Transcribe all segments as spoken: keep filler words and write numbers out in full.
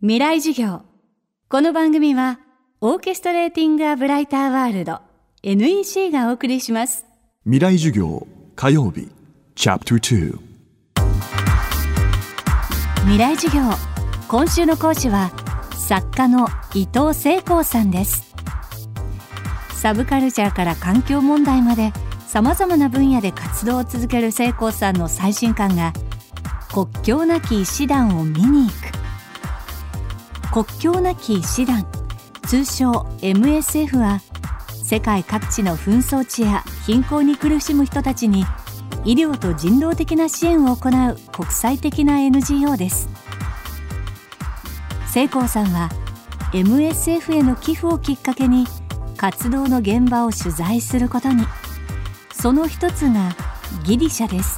未来授業。この番組はオーケストレーティングアブライターワールド エヌイーシー がお送りします。 未来授業火曜日チャプターに。 未来授業、今週の講師は作家の伊藤聖光さんです。サブカルチャーから環境問題までさまざまな分野で活動を続ける聖光さんの最新刊が国境なき医師団を見に行く。国境なき医師団、通称 エムエスエフ は世界各地の紛争地や貧困に苦しむ人たちに医療と人道的な支援を行う国際的な エヌジーオー です。聖光さんは エムエスエフ への寄付をきっかけに活動の現場を取材することに。その一つがギリシャです。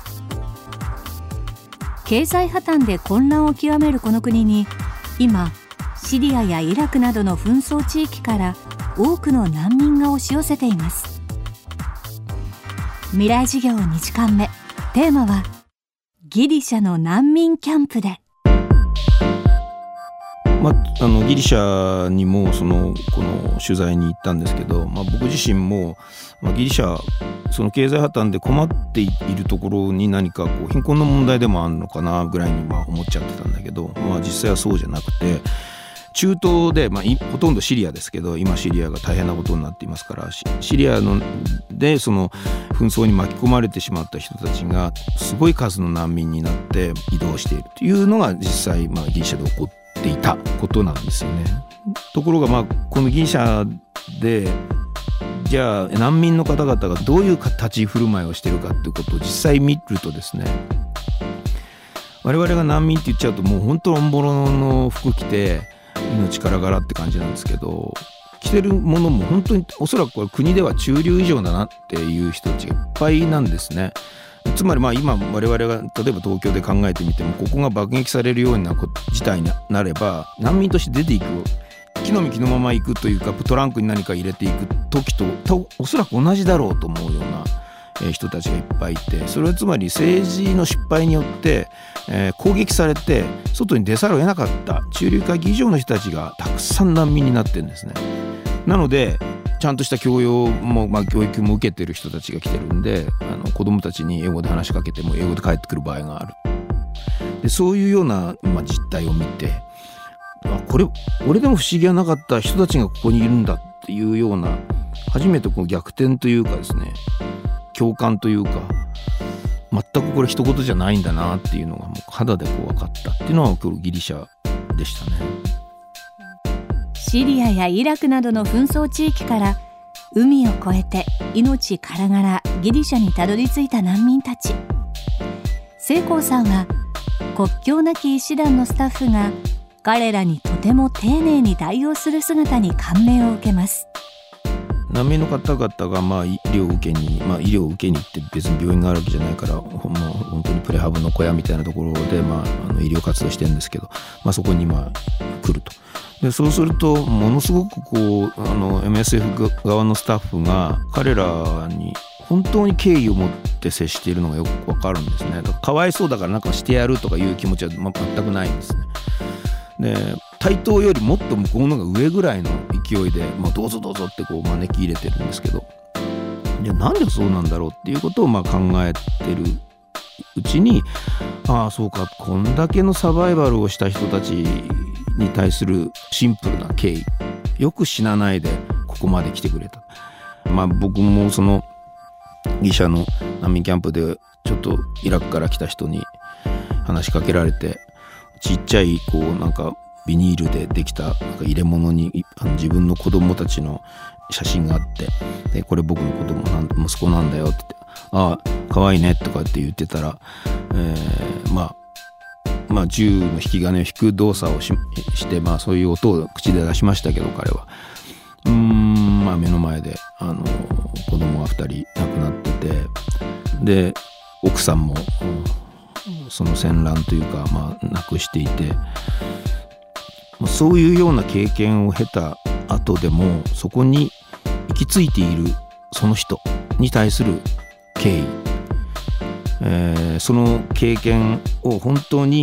経済破綻で混乱を極めるこの国に今シリアやイラクなどの紛争地域から多くの難民が押し寄せています。未来授業にじかんめ、テーマはギリシャの難民キャンプで。 まあ、あのギリシャにもそのこの取材に行ったんですけど、まあ、僕自身も、まあ、ギリシャその経済破綻で困っているところに何かこう貧困の問題でもあるのかなぐらいにまあ思っちゃってたんだけど、まあ、実際はそうじゃなくて中東で、まあ、ほとんどシリアですけど今シリアが大変なことになっていますから、シリアのでその紛争に巻き込まれてしまった人たちがすごい数の難民になって移動しているというのが実際、まあ、ギリシャで起こっていたことなんですよね。ところが、まあ、このギリシャでじゃあ難民の方々がどういう立ち振る舞いをしているかということを実際見るとですね、我々が難民って言っちゃうともう本当にオンボロの服着て命からがらって感じなんですけど、着てるものも本当におそらくこれ国では中流以上だなっていう人たちがいっぱいなんですね。つまりまあ今我々が例えば東京で考えてみてもここが爆撃されるような事態になれば難民として出ていく、木の幹のまま行くというかトランクに何か入れていく時ととおそらく同じだろうと思うような人たちがいっぱいいて、それはつまり政治の失敗によって、えー、攻撃されて外に出ざるを得なかった中流階級以上の人たちがたくさん難民になってるんですね。なのでちゃんとした教養も、まあ、教育も受けてる人たちが来てるんで、あの子供たちに英語で話しかけても英語で帰ってくる場合がある。でそういうような、まあ、実態を見て、あこれ俺でも不思議はなかった人たちがここにいるんだっていうような初めてこう逆転というかですね、共感というか全くこれ一言じゃないんだなっていうのがもう肌でこう分かったっていうのは今日ギリシャでしたね。 シリアやイラクなどの紛争地域から海を越えて命からがらギリシャにたどり着いた難民たち。聖光さんは国境なき医師団のスタッフが彼らにとても丁寧に対応する姿に感銘を受けます。 難民の方々がまあ医療を受けに、まあ、医療を受けに行って別に病院があるわけじゃないからもう本当にプレハブの小屋みたいなところで、まあ、あの医療活動してるんですけど、まあ、そこにまあ来ると。でそうするとものすごくこうあの エムエスエフ 側のスタッフが彼らに本当に敬意を持って接しているのがよくわかるんですね。だからかわいそうだからなんかしてやるとかいう気持ちは全くないんですね。で対等よりもっと向こうのが上ぐらいの勢いで、まあ、どうぞどうぞってこう招き入れてるんですけど、じゃあなんでそうなんだろうっていうことをまあ考えてるうちに、ああそうか、こんだけのサバイバルをした人たちに対するシンプルな敬意、よく死なないでここまで来てくれた。まあ僕もそのギリシャの難民キャンプでちょっとイラクから来た人に話しかけられて、ちっちゃいこうなんかビニールでできたなんか入れ物にあの自分の子供たちの写真があって、でこれ僕の子供なん息子なんだよって言って、ああ可愛いねとかって言ってたら、えー、まあまあ銃の引き金を引く動作を し, して、まあそういう音を口で出しましたけど、彼はうーんまあ目の前であの子供がふたり亡くなってて、で奥さんも、うん、その戦乱というかまあ亡くしていて、そういうような経験を経た後でもそこに行き着いているその人に対する敬意、えー、その経験を本当に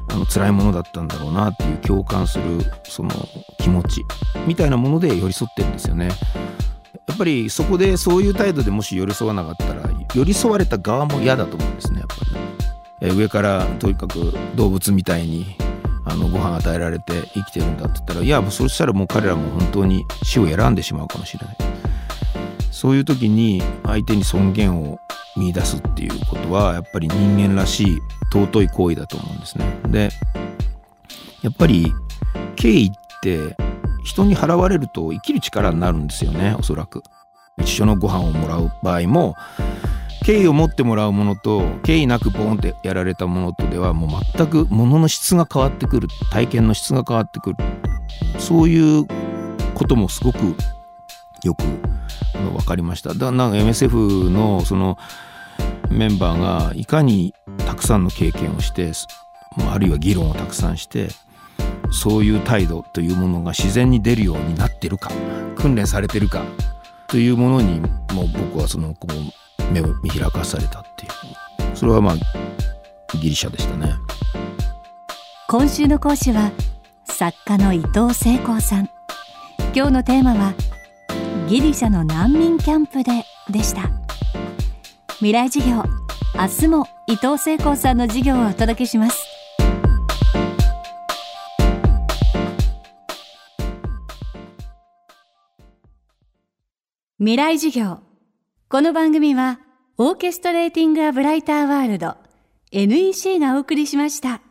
あの辛いものだったんだろうなっていう共感するその気持ちみたいなもので寄り添ってるんですよね。やっぱりそこでそういう態度でもし寄り添わなかったら寄り添われた側も嫌だと思うんですね。やっぱり、え上からとにかく動物みたいにあのご飯与えられて生きてるんだって言ったら、いやもうそしたらもう彼らも本当に死を選んでしまうかもしれない。そういう時に相手に尊厳を見出すっていうことはやっぱり人間らしい尊い行為だと思うんですね。でやっぱり敬意って人に払われると生きる力になるんですよね。おそらく一緒のご飯をもらう場合も敬意を持ってもらうものと敬意なくボーンってやられたものとではもう全く物の質が変わってくる、体験の質が変わってくる、そういうこともすごくよく分かりました。だからなんか エムエスエフ のそのメンバーがいかにたくさんの経験をしてあるいは議論をたくさんしてそういう態度というものが自然に出るようになってるか訓練されてるかというものにもう僕はそのこう目を見開かされたっていう、それはまあギリシャでしたね。 今週の講師は作家の伊藤聖光さん。今日のテーマはギリシャの難民キャンプででした。未来授業、明日も伊藤聖光さんの授業をお届けします。未来授業。この番組はオーケストレーティング・ア・ブライター・ワールド エヌイーシー がお送りしました。